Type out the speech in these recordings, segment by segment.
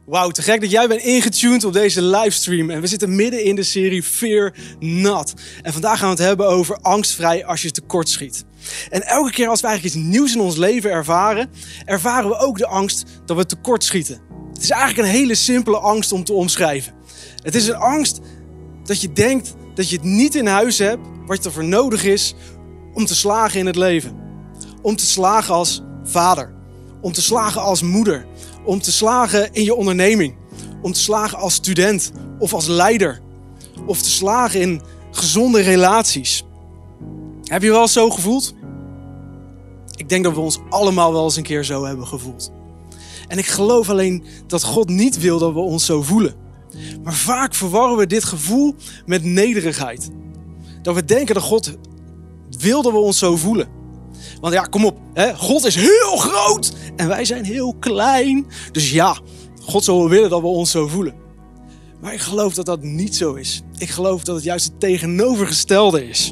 Wauw, te gek dat jij bent ingetuned op deze livestream. En we zitten midden in de serie Fear Not. En vandaag gaan we het hebben over angstvrij als je tekortschiet. En elke keer als we eigenlijk iets nieuws in ons leven ervaren, ervaren we ook de angst dat we tekortschieten. Het is eigenlijk een hele simpele angst om te omschrijven. Het is een angst dat je denkt dat je het niet in huis hebt wat ervoor nodig is om te slagen in het leven. Om te slagen als vader. Om te slagen als moeder. Om te slagen in je onderneming. Om te slagen als student of als leider. Of te slagen in gezonde relaties. Heb je wel zo gevoeld? Ik denk dat we ons allemaal wel eens een keer zo hebben gevoeld. En ik geloof alleen dat God niet wil dat we ons zo voelen. Maar vaak verwarren we dit gevoel met nederigheid. Dat we denken dat God wil dat we ons zo voelen. Want ja, kom op, hè? God is heel groot en wij zijn heel klein. Dus ja, God zou wel willen dat we ons zo voelen. Maar ik geloof dat dat niet zo is. Ik geloof dat het juist het tegenovergestelde is.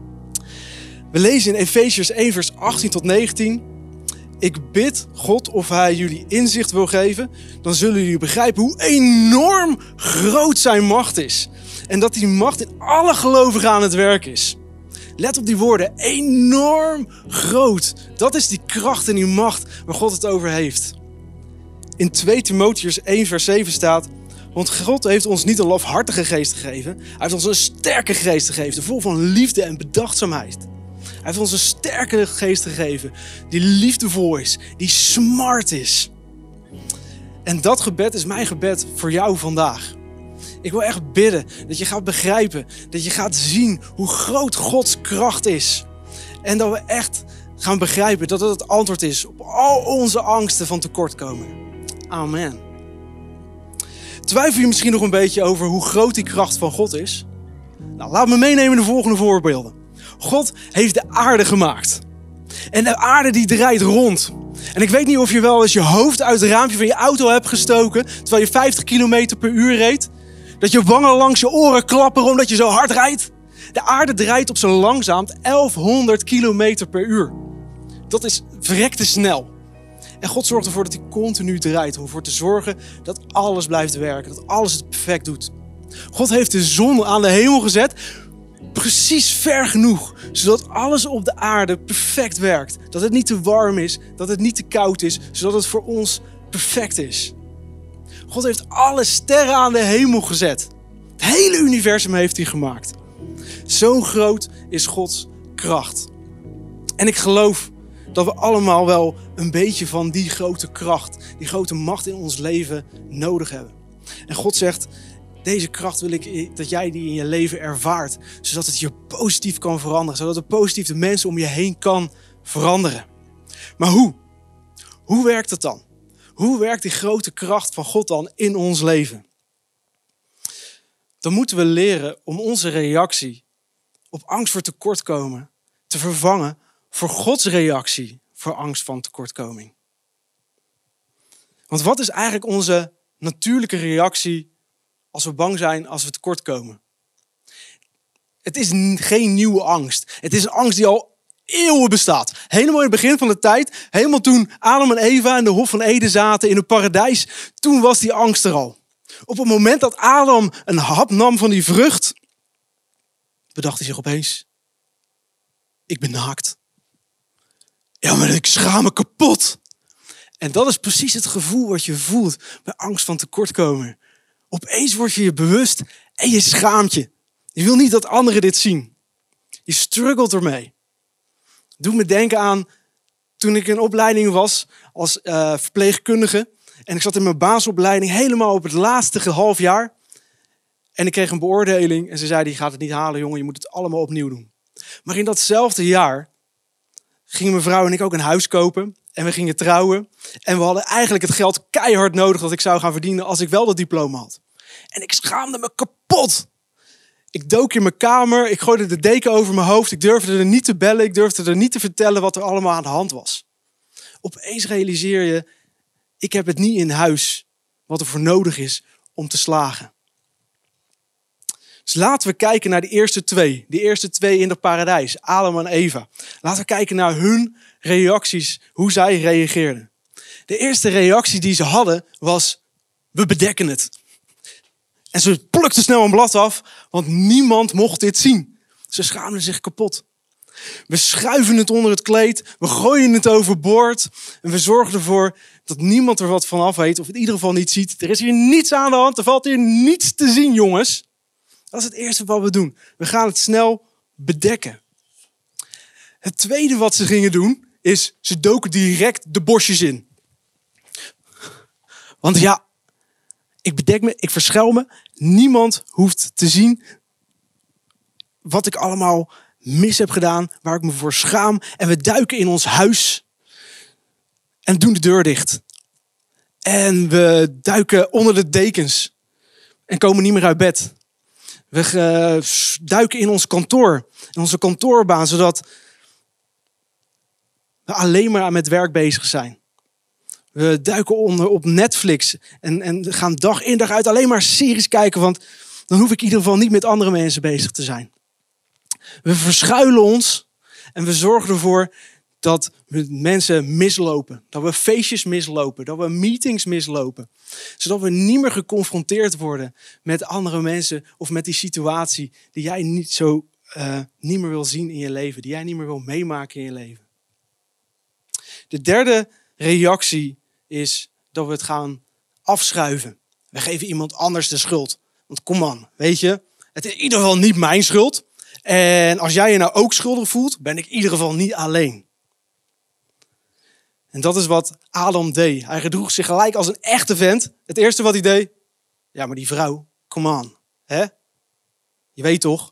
We lezen in Efesiërs 1 vers 18 tot 19. Ik bid God of hij jullie inzicht wil geven. Dan zullen jullie begrijpen hoe enorm groot zijn macht is. En dat die macht in alle gelovigen aan het werk is. Let op die woorden, enorm groot. Dat is die kracht en die macht waar God het over heeft. In 2 Timotheüs 1 vers 7 staat: want God heeft ons niet een lafhartige geest gegeven. Hij heeft ons een sterke geest gegeven, vol van liefde en bedachtzaamheid. Hij heeft ons een sterke geest gegeven, die liefdevol is, die smart is. En dat gebed is mijn gebed voor jou vandaag. Ik wil echt bidden dat je gaat begrijpen, dat je gaat zien hoe groot Gods kracht is. En dat we echt gaan begrijpen dat het het antwoord is op al onze angsten van tekortkomen. Amen. Twijfel je misschien nog een beetje over hoe groot die kracht van God is? Nou, laat me meenemen in de volgende voorbeelden. God heeft de aarde gemaakt. En de aarde die draait rond. En ik weet niet of je wel eens je hoofd uit het raampje van je auto hebt gestoken terwijl je 50 km per uur reed. Dat je wangen langs je oren klapperen omdat je zo hard rijdt. De aarde draait op zijn langzaamst 1100 km per uur. Dat is verrekte snel. En God zorgt ervoor dat hij continu draait. Om ervoor te zorgen dat alles blijft werken. Dat alles het perfect doet. God heeft de zon aan de hemel gezet. Precies ver genoeg. Zodat alles op de aarde perfect werkt. Dat het niet te warm is. Dat het niet te koud is. Zodat het voor ons perfect is. God heeft alle sterren aan de hemel gezet. Het hele universum heeft hij gemaakt. Zo groot is Gods kracht. En ik geloof dat we allemaal wel een beetje van die grote kracht, die grote macht in ons leven nodig hebben. En God zegt, deze kracht wil ik dat jij die in je leven ervaart. Zodat het je positief kan veranderen. Zodat het positief de mensen om je heen kan veranderen. Maar hoe? Hoe werkt het dan? Hoe werkt die grote kracht van God dan in ons leven? Dan moeten we leren om onze reactie op angst voor tekortkomen te vervangen voor Gods reactie voor angst van tekortkoming. Want wat is eigenlijk onze natuurlijke reactie als we bang zijn als we tekortkomen? Het is geen nieuwe angst. Het is een angst die al eeuwen bestaat. Helemaal in het begin van de tijd. Helemaal toen Adam en Eva in de Hof van Eden zaten in het paradijs. Toen was die angst er al. Op het moment dat Adam een hap nam van die vrucht, bedacht hij zich opeens: ik ben naakt. Ja, maar ik schaam me kapot. En dat is precies het gevoel wat je voelt bij angst van tekortkomen. Opeens word je je bewust en je schaamt je. Je wil niet dat anderen dit zien. Je struggelt ermee. Doe me denken aan toen ik in opleiding was als verpleegkundige. En ik zat in mijn basisopleiding helemaal op het laatste half jaar. En ik kreeg een beoordeling. En ze zeiden, je gaat het niet halen, jongen. Je moet het allemaal opnieuw doen. Maar in datzelfde jaar gingen mijn vrouw en ik ook een huis kopen. En we gingen trouwen. En we hadden eigenlijk het geld keihard nodig dat ik zou gaan verdienen als ik wel dat diploma had. En ik schaamde me kapot. Ik dook in mijn kamer, ik gooide de deken over mijn hoofd. Ik durfde er niet te bellen, ik durfde er niet te vertellen wat er allemaal aan de hand was. Opeens realiseer je, ik heb het niet in huis wat er voor nodig is om te slagen. Dus laten we kijken naar de eerste twee. Die eerste twee in het paradijs, Adam en Eva. Laten we kijken naar hun reacties, hoe zij reageerden. De eerste reactie die ze hadden was We bedekken het. En ze plukten snel een blad af, want niemand mocht dit zien. Ze schaamden zich kapot. We schuiven het onder het kleed, we gooien het overboord en we zorgen ervoor dat niemand er wat van af weet, of in ieder geval niet ziet. Er is hier niets aan de hand, er valt hier niets te zien, jongens. Dat is het eerste wat we doen. We gaan het snel bedekken. Het tweede wat ze gingen doen, is ze doken direct de bosjes in. Want ja, ik bedek me, ik verschuil me. Niemand hoeft te zien wat ik allemaal mis heb gedaan, waar ik me voor schaam. En we duiken in ons huis en doen de deur dicht. En we duiken onder de dekens en komen niet meer uit bed. We duiken in ons kantoor, in onze kantoorbaan, zodat we alleen maar met werk bezig zijn. We duiken onder op Netflix en gaan dag in dag uit alleen maar series kijken, want dan hoef ik in ieder geval niet met andere mensen bezig te zijn. We verschuilen ons en we zorgen ervoor dat we mensen mislopen. Dat we feestjes mislopen, dat we meetings mislopen. Zodat we niet meer geconfronteerd worden met andere mensen of met die situatie die jij niet meer wil zien in je leven. Die jij niet meer wil meemaken in je leven. De derde reactie is dat we het gaan afschuiven. We geven iemand anders de schuld. Want kom aan, weet je, het is in ieder geval niet mijn schuld. En als jij je nou ook schuldig voelt, ben ik in ieder geval niet alleen. En dat is wat Adam deed. Hij gedroeg zich gelijk als een echte vent. Het eerste wat hij deed, ja, maar die vrouw, come on. Hè? Je weet toch?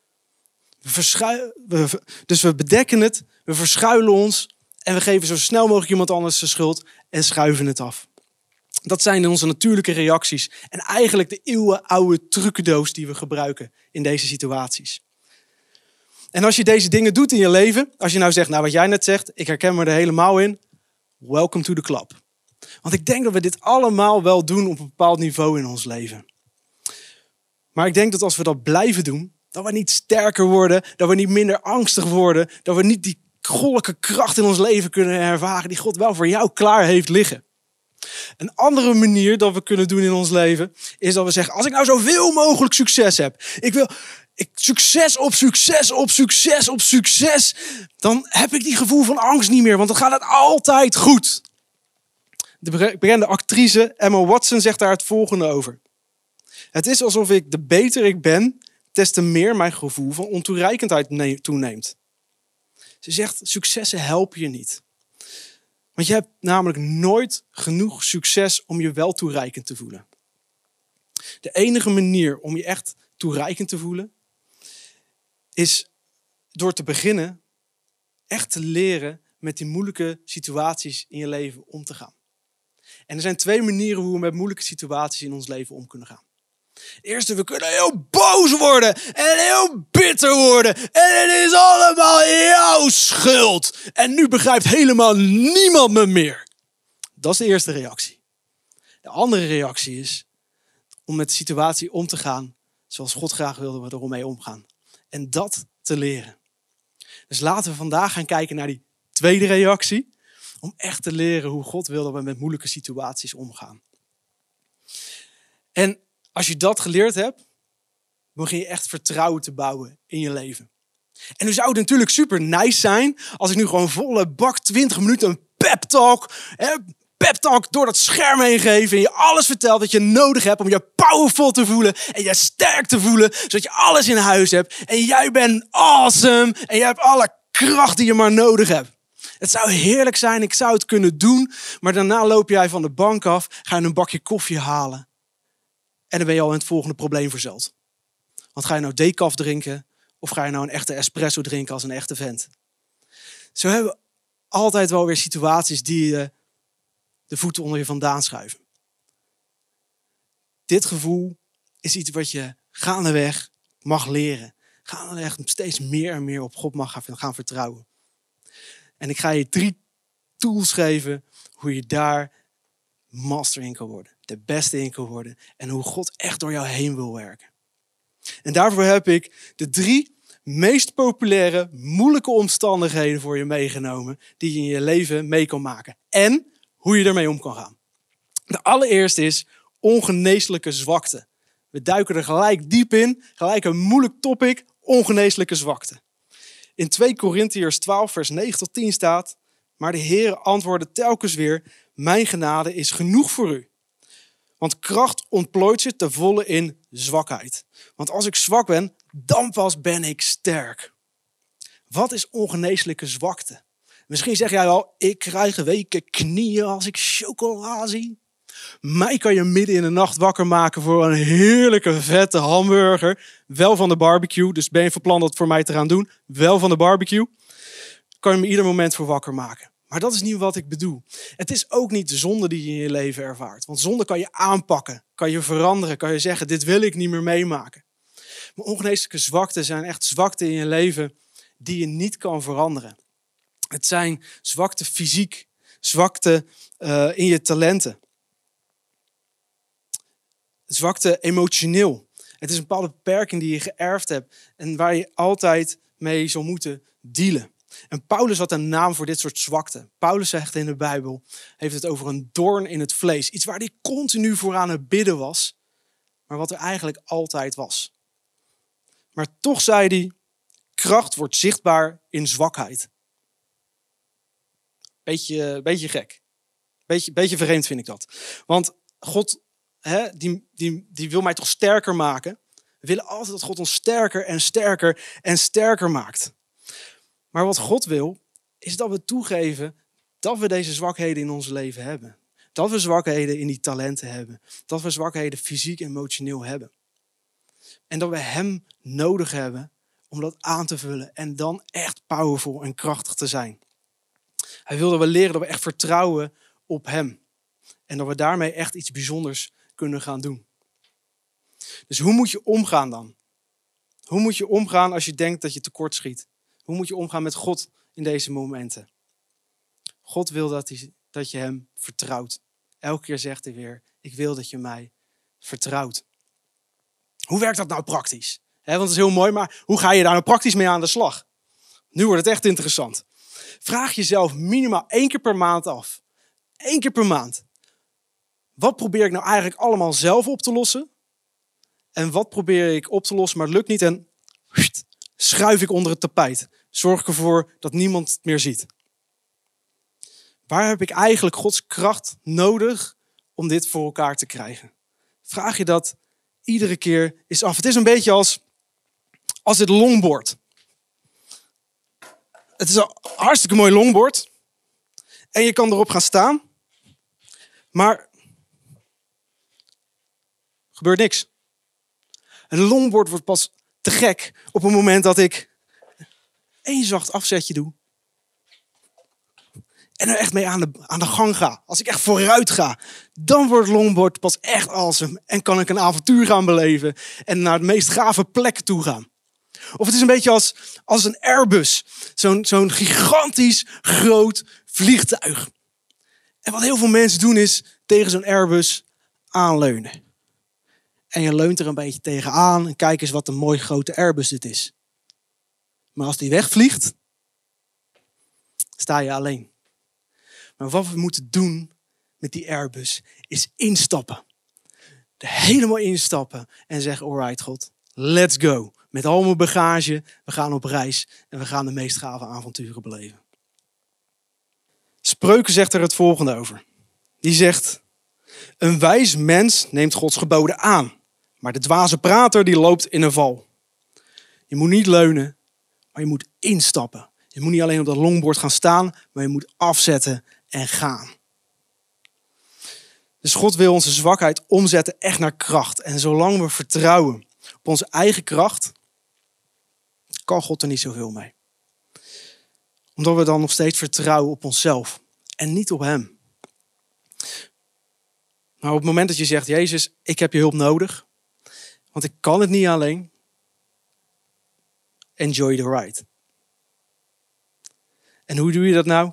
Dus we bedekken het, we verschuilen ons en we geven zo snel mogelijk iemand anders de schuld en schuiven het af. Dat zijn onze natuurlijke reacties en eigenlijk de eeuwenoude trucendoos die we gebruiken in deze situaties. En als je deze dingen doet in je leven, als je nou zegt, nou wat jij net zegt, ik herken me er helemaal in, welcome to the club. Want ik denk dat we dit allemaal wel doen op een bepaald niveau in ons leven. Maar ik denk dat als we dat blijven doen, dat we niet sterker worden, dat we niet minder angstig worden, dat we niet die goddelijke kracht in ons leven kunnen ervaren die God wel voor jou klaar heeft liggen. Een andere manier dat we kunnen doen in ons leven is dat we zeggen, als ik nou zoveel mogelijk succes heb, succes op succes op succes op succes, dan heb ik die gevoel van angst niet meer, want dan gaat het altijd goed. De bekende actrice Emma Watson zegt daar het volgende over. Het is alsof ik de beter ik ben, des te meer mijn gevoel van ontoereikendheid toeneemt. Ze zegt, successen helpen je niet. Want je hebt namelijk nooit genoeg succes om je wel toereikend te voelen. De enige manier om je echt toereikend te voelen is door te beginnen echt te leren met die moeilijke situaties in je leven om te gaan. En er zijn twee manieren hoe we met moeilijke situaties in ons leven om kunnen gaan. Eerste, we kunnen heel boos worden en heel bitter worden. En het is allemaal jouw schuld. En nu begrijpt helemaal niemand me meer. Dat is de eerste reactie. De andere reactie is om met de situatie om te gaan zoals God graag wilde we er mee omgaan. En dat te leren. Dus laten we vandaag gaan kijken naar die tweede reactie. Om echt te leren hoe God wil dat we met moeilijke situaties omgaan. En als je dat geleerd hebt, begin je echt vertrouwen te bouwen in je leven. En nu zou het natuurlijk super nice zijn als ik nu gewoon volle bak 20 minuten een pep talk door dat scherm heen geef en je alles vertelt wat je nodig hebt om je powerful te voelen en je sterk te voelen, zodat je alles in huis hebt en jij bent awesome en je hebt alle kracht die je maar nodig hebt. Het zou heerlijk zijn, ik zou het kunnen doen, maar daarna loop jij van de bank af, ga je een bakje koffie halen. En dan ben je al in het volgende probleem verzeld. Want ga je nou decaf drinken of ga je nou een echte espresso drinken als een echte vent? Zo hebben we altijd wel weer situaties die de voeten onder je vandaan schuiven. Dit gevoel is iets wat je gaandeweg mag leren. Gaandeweg steeds meer en meer op God mag gaan vertrouwen. En ik ga je 3 tools geven hoe je daar master in kan worden. De beste in kan worden. En hoe God echt door jou heen wil werken. En daarvoor heb ik de 3 meest populaire, moeilijke omstandigheden voor je meegenomen. Die je in je leven mee kan maken. En hoe je ermee om kan gaan. De allereerste is ongeneeslijke zwakte. We duiken er gelijk diep in, gelijk een moeilijk topic, ongeneeslijke zwakte. In 2 Korintiërs 12 vers 9 tot 10 staat: maar de Heer antwoordde telkens weer: mijn genade is genoeg voor u. Want kracht ontplooit zich ten volle in zwakheid. Want als ik zwak ben, dan pas ben ik sterk. Wat is ongeneeslijke zwakte? Misschien zeg jij wel: ik krijg weken knieën als ik chocola zie. Mij kan je midden in de nacht wakker maken voor een heerlijke vette hamburger. Wel van de barbecue, dus ben je van plan dat voor mij te gaan doen. Wel van de barbecue. Kan je me ieder moment voor wakker maken. Maar dat is niet wat ik bedoel. Het is ook niet de zonde die je in je leven ervaart. Want zonde kan je aanpakken, kan je veranderen, kan je zeggen: dit wil ik niet meer meemaken. Maar ongeneeslijke zwakten zijn echt zwakten in je leven die je niet kan veranderen. Het zijn zwakte fysiek, zwakte in je talenten. Zwakte emotioneel. Het is een bepaalde beperking die je geërfd hebt en waar je altijd mee zal moeten dealen. En Paulus had een naam voor dit soort zwakte. Paulus zegt in de Bijbel, heeft het over een doorn in het vlees. Iets waar hij continu voor aan het bidden was, maar wat er eigenlijk altijd was. Maar toch zei hij: kracht wordt zichtbaar in zwakheid. Beetje gek. Beetje vreemd vind ik dat. Want God, die wil mij toch sterker maken. We willen altijd dat God ons sterker en sterker en sterker maakt. Maar wat God wil, is dat we toegeven dat we deze zwakheden in ons leven hebben. Dat we zwakheden in die talenten hebben. Dat we zwakheden fysiek en emotioneel hebben. En dat we hem nodig hebben om dat aan te vullen en dan echt powerful en krachtig te zijn. Hij wil dat we leren dat we echt vertrouwen op hem. En dat we daarmee echt iets bijzonders kunnen gaan doen. Dus hoe moet je omgaan dan? Hoe moet je omgaan als je denkt dat je tekortschiet? Hoe moet je omgaan met God in deze momenten? God wil dat je hem vertrouwt. Elke keer zegt hij weer: ik wil dat je mij vertrouwt. Hoe werkt dat nou praktisch? Want het is heel mooi, maar hoe ga je daar nou praktisch mee aan de slag? Nu wordt het echt interessant. Vraag jezelf minimaal 1 keer per maand af. 1 keer per maand. Wat probeer ik nou eigenlijk allemaal zelf op te lossen? En wat probeer ik op te lossen, maar het lukt niet en schuif ik onder het tapijt. Zorg ik ervoor dat niemand het meer ziet. Waar heb ik eigenlijk Gods kracht nodig om dit voor elkaar te krijgen? Vraag je dat iedere keer eens af. Het is een beetje als dit longboard. Het is een hartstikke mooi longboard. En je kan erop gaan staan. Maar er gebeurt niks. Een longboard wordt pas te gek op het moment dat ik 1 zacht afzetje doe. En er echt mee aan de gang ga. Als ik echt vooruit ga. Dan wordt het longboard pas echt awesome. En kan ik een avontuur gaan beleven. En naar de meest gave plekken toe gaan. Of het is een beetje als een Airbus. Zo'n gigantisch groot vliegtuig. En wat heel veel mensen doen is tegen zo'n Airbus aanleunen. En je leunt er een beetje tegenaan. En kijk eens wat een mooi grote Airbus dit is. Maar als die wegvliegt, sta je alleen. Maar wat we moeten doen met die Airbus is instappen. Er helemaal instappen en zeggen: alright God, let's go. Met al mijn bagage, we gaan op reis en we gaan de meest gave avonturen beleven. Spreuken zegt er het volgende over. Die zegt: een wijs mens neemt Gods geboden aan, maar de dwaze prater die loopt in een val. Je moet niet leunen, maar je moet instappen. Je moet niet alleen op dat longboard gaan staan, maar je moet afzetten en gaan. Dus God wil onze zwakheid omzetten echt naar kracht. En zolang we vertrouwen op onze eigen kracht, kan God er niet zoveel mee. Omdat we dan nog steeds vertrouwen op onszelf en niet op hem. Maar op het moment dat je zegt: Jezus, ik heb je hulp nodig, want ik kan het niet alleen. Enjoy the ride. En hoe doe je dat nou?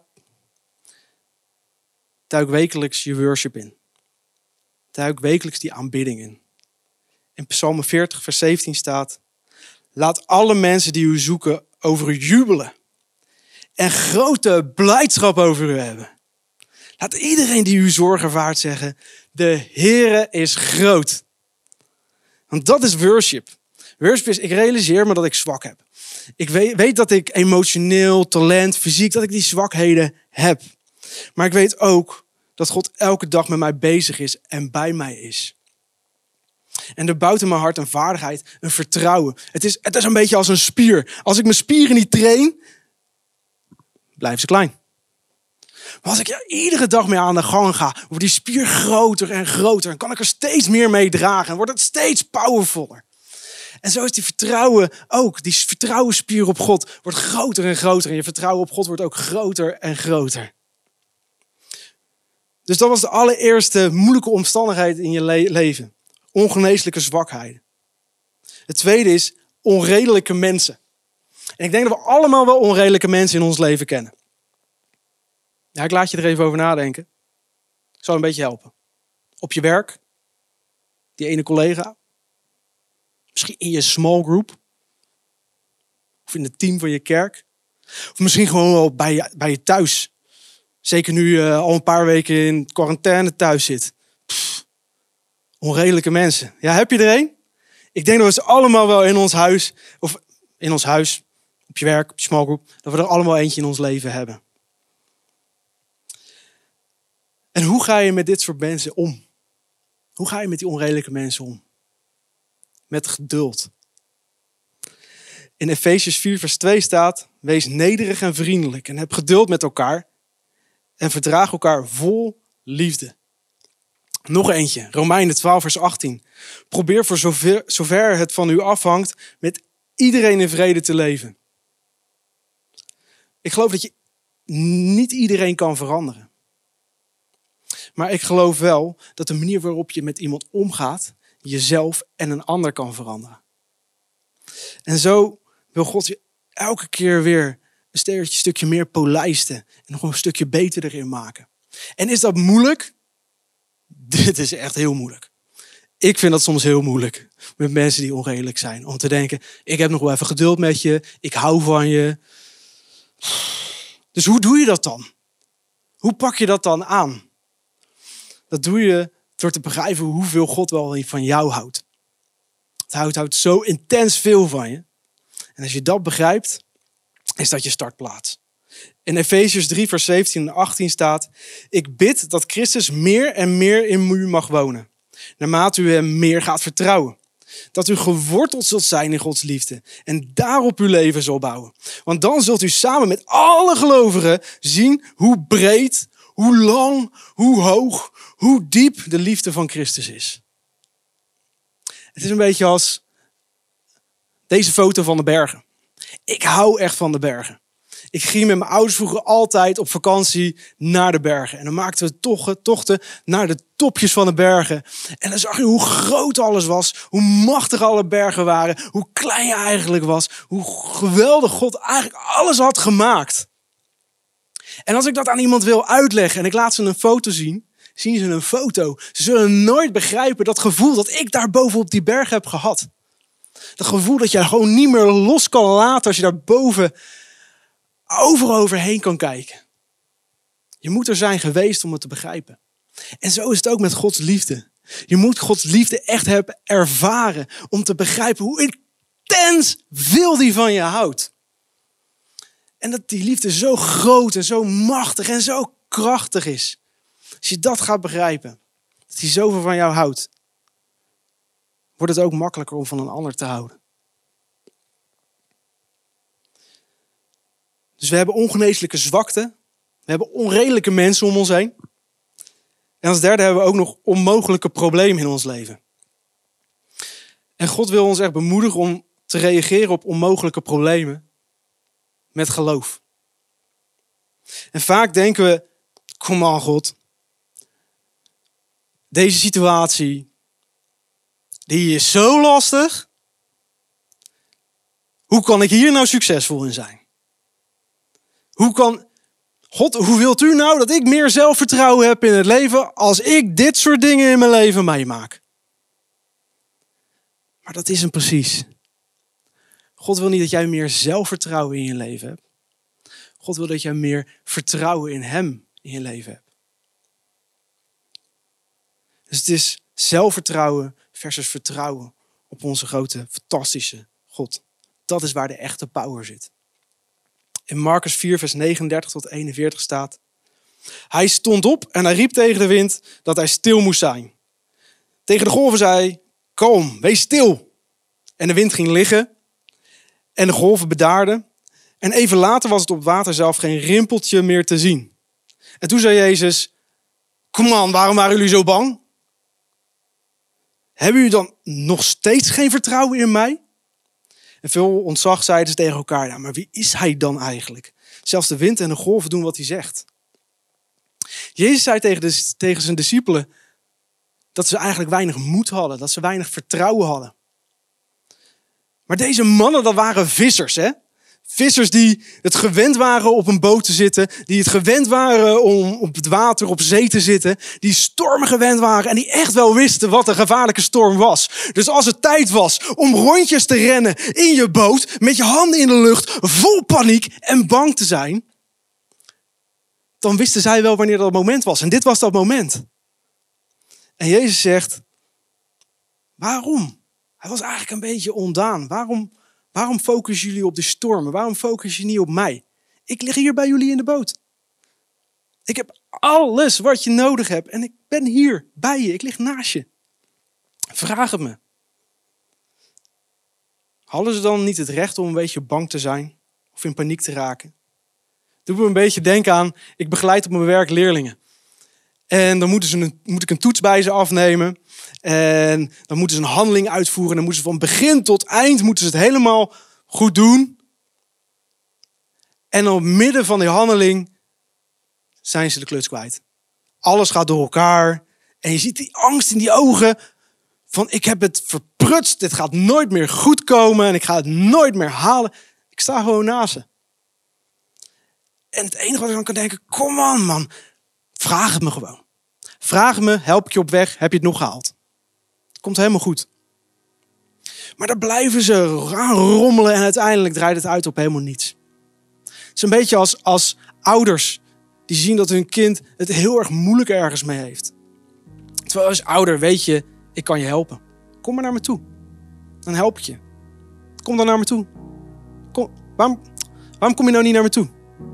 Duik wekelijks je worship in. Duik wekelijks die aanbidding in. In Psalm 40 vers 17 staat: laat alle mensen die u zoeken over u jubelen. En grote blijdschap over u hebben. Laat iedereen die uw zorg ervaart zeggen, de Heere is groot. Want dat is worship. Worship is, ik realiseer me dat ik zwak heb. Ik weet dat ik emotioneel, talent, fysiek, dat ik die zwakheden heb. Maar ik weet ook dat God elke dag met mij bezig is en bij mij is. En er bouwt in mijn hart een vaardigheid, een vertrouwen. Het is een beetje als een spier. Als ik mijn spieren niet train, blijven ze klein. Maar als ik er iedere dag mee aan de gang ga, wordt die spier groter en groter. En kan ik er steeds meer mee dragen. En wordt het steeds powervoller. En zo is die vertrouwen ook. Die vertrouwensspier op God wordt groter en groter. En je vertrouwen op God wordt ook groter en groter. Dus dat was de allereerste moeilijke omstandigheid in je leven. Ongeneeslijke zwakheden. Het tweede is onredelijke mensen. En ik denk dat we allemaal wel onredelijke mensen in ons leven kennen. Ja, ik laat je er even over nadenken. Ik zal een beetje helpen. Op je werk. Die ene collega. Misschien in je small group. Of in het team van je kerk. Of misschien gewoon wel bij je thuis. Zeker nu al een paar weken in quarantaine thuis zit. Onredelijke mensen. Ja, heb je er een? Ik denk dat we ze allemaal wel in ons huis, op je werk, op je small group, dat we er allemaal eentje in ons leven hebben. En hoe ga je met dit soort mensen om? Hoe ga je met die onredelijke mensen om? Met geduld. In Efesiërs 4 vers 2 staat, wees nederig en vriendelijk en heb geduld met elkaar en verdraag elkaar vol liefde. Nog eentje, Romeinen 12 vers 18. Probeer voor zover het van u afhangt met iedereen in vrede te leven. Ik geloof dat je niet iedereen kan veranderen. Maar ik geloof wel dat de manier waarop je met iemand omgaat, jezelf en een ander kan veranderen. En zo wil God je elke keer weer een stukje meer polijsten en nog een stukje beter erin maken. En is dat moeilijk? Dit is echt heel moeilijk. Ik vind dat soms heel moeilijk met mensen die onredelijk zijn. Om te denken, ik heb nog wel even geduld met je. Ik hou van je. Dus hoe doe je dat dan? Hoe pak je dat dan aan? Dat doe je door te begrijpen hoeveel God wel van jou houdt. Hij houdt zo intens veel van je. En als je dat begrijpt, is dat je startplaats. In Efesiërs 3 vers 17 en 18 staat, ik bid dat Christus meer en meer in u mag wonen. Naarmate u hem meer gaat vertrouwen. Dat u geworteld zult zijn in Gods liefde. En daarop uw leven zal bouwen. Want dan zult u samen met alle gelovigen zien hoe breed, hoe lang, hoe hoog, hoe diep de liefde van Christus is. Het is een beetje als deze foto van de bergen. Ik hou echt van de bergen. Ik ging met mijn ouders vroeger altijd op vakantie naar de bergen. En dan maakten we tochten naar de topjes van de bergen. En dan zag je hoe groot alles was. Hoe machtig alle bergen waren. Hoe klein je eigenlijk was. Hoe geweldig God eigenlijk alles had gemaakt. En als ik dat aan iemand wil uitleggen en ik laat ze een foto zien, zien ze een foto. Ze zullen nooit begrijpen dat gevoel dat ik daar boven op die berg heb gehad. Dat gevoel dat je gewoon niet meer los kan laten als je daar boven overheen kan kijken. Je moet er zijn geweest om het te begrijpen. En zo is het ook met Gods liefde. Je moet Gods liefde echt hebben ervaren om te begrijpen hoe intens veel die van je houdt. En dat die liefde zo groot en zo machtig en zo krachtig is. Als je dat gaat begrijpen, dat hij zoveel van jou houdt, wordt het ook makkelijker om van een ander te houden. Dus we hebben ongeneeslijke zwakte. We hebben onredelijke mensen om ons heen. En als derde hebben we ook nog onmogelijke problemen in ons leven. En God wil ons echt bemoedigen om te reageren op onmogelijke problemen met geloof. En vaak denken we, kom aan God. Deze situatie, die is zo lastig. Hoe kan ik hier nou succesvol in zijn? God, hoe wilt u nou dat ik meer zelfvertrouwen heb in het leven als ik dit soort dingen in mijn leven meemaak? Maar dat is hem precies. God wil niet dat jij meer zelfvertrouwen in je leven hebt. God wil dat jij meer vertrouwen in hem in je leven hebt. Dus het is zelfvertrouwen versus vertrouwen op onze grote, fantastische God. Dat is waar de echte power zit. In Marcus 4, vers 39 tot 41 staat: Hij stond op en hij riep tegen de wind dat hij stil moest zijn. Tegen de golven zei hij: Kalm, wees stil. En de wind ging liggen en de golven bedaarden. En even later was het op het water zelf geen rimpeltje meer te zien. En toen zei Jezus: Kom aan, waarom waren jullie zo bang? Hebben jullie dan nog steeds geen vertrouwen in mij? En veel ontzag zeiden ze tegen elkaar: Ja, maar wie is hij dan eigenlijk? Zelfs de wind en de golven doen wat hij zegt. Jezus zei tegen zijn discipelen dat ze eigenlijk weinig moed hadden. Dat ze weinig vertrouwen hadden. Maar deze mannen, dat waren vissers, hè? Vissers die het gewend waren op een boot te zitten. Die het gewend waren om op het water, op zee te zitten. Die stormen gewend waren en die echt wel wisten wat een gevaarlijke storm was. Dus als het tijd was om rondjes te rennen in je boot, met je handen in de lucht, vol paniek en bang te zijn, dan wisten zij wel wanneer dat moment was. En dit was dat moment. En Jezus zegt: Waarom? Hij was eigenlijk een beetje ondaan. Waarom focussen jullie op de stormen? Waarom focussen jullie niet op mij? Ik lig hier bij jullie in de boot. Ik heb alles wat je nodig hebt. En ik ben hier bij je. Ik lig naast je. Vraag het me. Hadden ze dan niet het recht om een beetje bang te zijn? Of in paniek te raken? Doe me een beetje denken aan, ik begeleid op mijn werk leerlingen. En dan moet ik een toets bij ze afnemen. En dan moeten ze een handeling uitvoeren. En dan moeten ze van begin tot eind moeten ze het helemaal goed doen. En op het midden van die handeling zijn ze de kluts kwijt. Alles gaat door elkaar. En je ziet die angst in die ogen. Van ik heb het verprutst. Dit gaat nooit meer goed komen. En ik ga het nooit meer halen. Ik sta gewoon naast ze. En het enige wat ik dan kan denken: kom on man. Vraag het me gewoon. Vraag me, help ik je op weg, heb je het nog gehaald? Het komt helemaal goed. Maar daar blijven ze aan rommelen en uiteindelijk draait het uit op helemaal niets. Het is een beetje als ouders die zien dat hun kind het heel erg moeilijk ergens mee heeft. Terwijl als ouder weet je, ik kan je helpen. Kom maar naar me toe. Dan help ik je. Kom dan naar me toe. Waarom kom je nou niet naar me toe?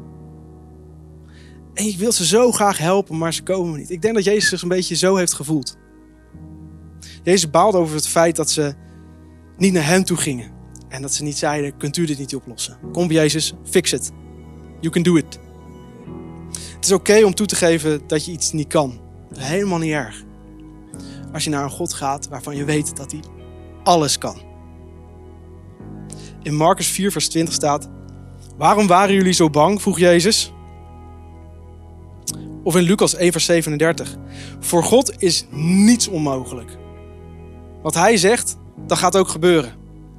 En je wilt ze zo graag helpen, maar ze komen niet. Ik denk dat Jezus zich een beetje zo heeft gevoeld. Jezus baalde over het feit dat ze niet naar hem toe gingen. En dat ze niet zeiden: kunt u dit niet oplossen? Kom Jezus, fix it. You can do it. Het is oké om toe te geven dat je iets niet kan. Dat is helemaal niet erg. Als je naar een God gaat waarvan je weet dat hij alles kan. In Marcus 4 vers 20 staat: Waarom waren jullie zo bang? Vroeg Jezus. Of in Lucas 1 vers 37. Voor God is niets onmogelijk. Wat hij zegt, dat gaat ook gebeuren.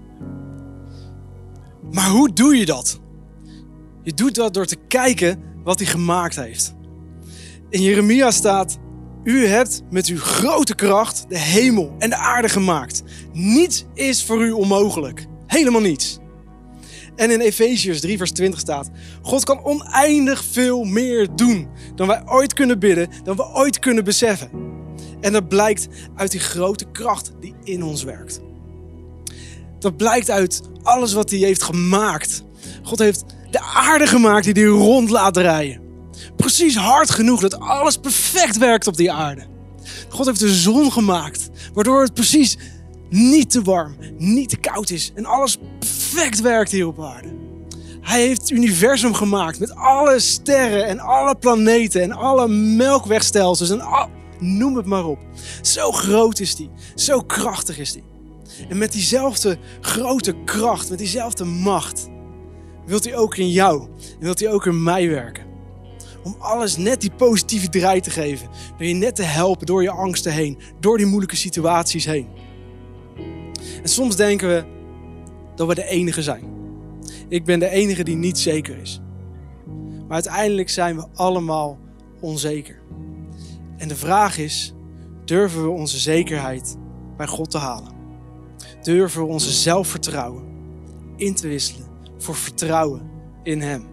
Maar hoe doe je dat? Je doet dat door te kijken wat hij gemaakt heeft. In Jeremia staat: U hebt met uw grote kracht de hemel en de aarde gemaakt. Niets is voor u onmogelijk. Helemaal niets. En in Efeziërs 3 vers 20 staat: God kan oneindig veel meer doen dan wij ooit kunnen bidden, dan we ooit kunnen beseffen. En dat blijkt uit die grote kracht die in ons werkt. Dat blijkt uit alles wat hij heeft gemaakt. God heeft de aarde gemaakt die hij rond laat draaien. Precies hard genoeg dat alles perfect werkt op die aarde. God heeft de zon gemaakt, waardoor het precies niet te warm, niet te koud is. En alles perfect werkt hier op aarde. Hij heeft het universum gemaakt met alle sterren en alle planeten en alle melkwegstelsels en noem het maar op. Zo groot is die, zo krachtig is die. En met diezelfde grote kracht, met diezelfde macht, wilt hij ook in jou en wilt hij ook in mij werken. Om alles net die positieve draai te geven. Door je net te helpen door je angsten heen, door die moeilijke situaties heen. En soms denken we dat we de enige zijn. Ik ben de enige die niet zeker is. Maar uiteindelijk zijn we allemaal onzeker. En de vraag is, durven we onze zekerheid bij God te halen? Durven we onze zelfvertrouwen in te wisselen voor vertrouwen in hem?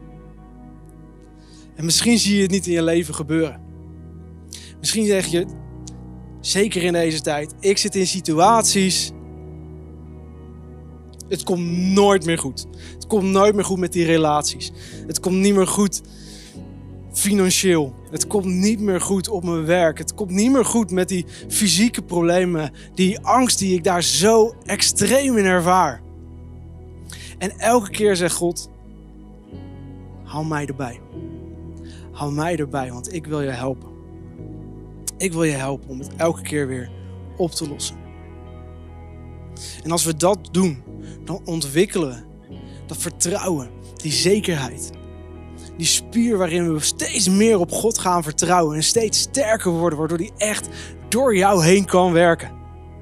En misschien zie je het niet in je leven gebeuren. Misschien zeg je, zeker in deze tijd, ik zit in situaties. Het komt nooit meer goed. Het komt nooit meer goed met die relaties. Het komt niet meer goed financieel. Het komt niet meer goed op mijn werk. Het komt niet meer goed met die fysieke problemen. Die angst die ik daar zo extreem in ervaar. En elke keer zegt God, hou mij erbij. Hou mij erbij, want ik wil je helpen. Ik wil je helpen om het elke keer weer op te lossen. En als we dat doen, dan ontwikkelen we dat vertrouwen, die zekerheid. Die spier waarin we steeds meer op God gaan vertrouwen en steeds sterker worden, waardoor die echt door jou heen kan werken.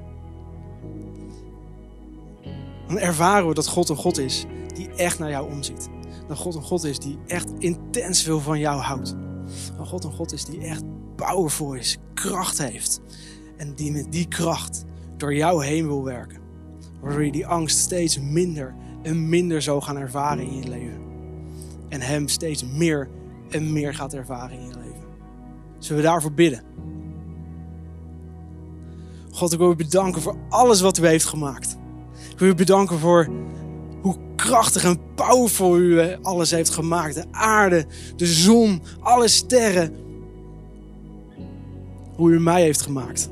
Dan ervaren we dat God een God is die echt naar jou omziet. Dat God een God is die echt intens veel van jou houdt. Dat God een God is die echt powerful is, kracht heeft. En die met die kracht door jou heen wil werken. Waardoor je die angst steeds minder en minder zou gaan ervaren in je leven. En hem steeds meer en meer gaat ervaren in je leven. Zullen we daarvoor bidden? God, ik wil u bedanken voor alles wat u heeft gemaakt. Ik wil u bedanken voor hoe krachtig en powerful u alles heeft gemaakt. De aarde, de zon, alle sterren. Hoe u mij heeft gemaakt.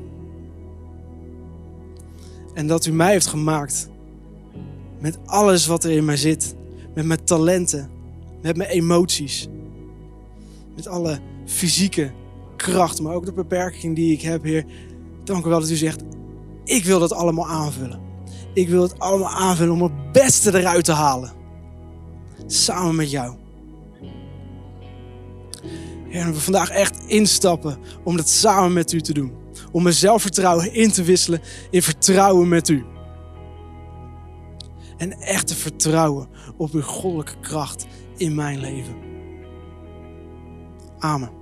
En dat u mij heeft gemaakt met alles wat er in mij zit. Met mijn talenten, met mijn emoties. Met alle fysieke kracht, maar ook de beperking die ik heb, Heer. Dank u wel dat u zegt, ik wil dat allemaal aanvullen. Ik wil het allemaal aanvullen om het beste eruit te halen. Samen met jou. Heer, en we vandaag echt instappen om dat samen met u te doen. Om mijn zelfvertrouwen in te wisselen in vertrouwen met u. En echt te vertrouwen op uw goddelijke kracht in mijn leven. Amen.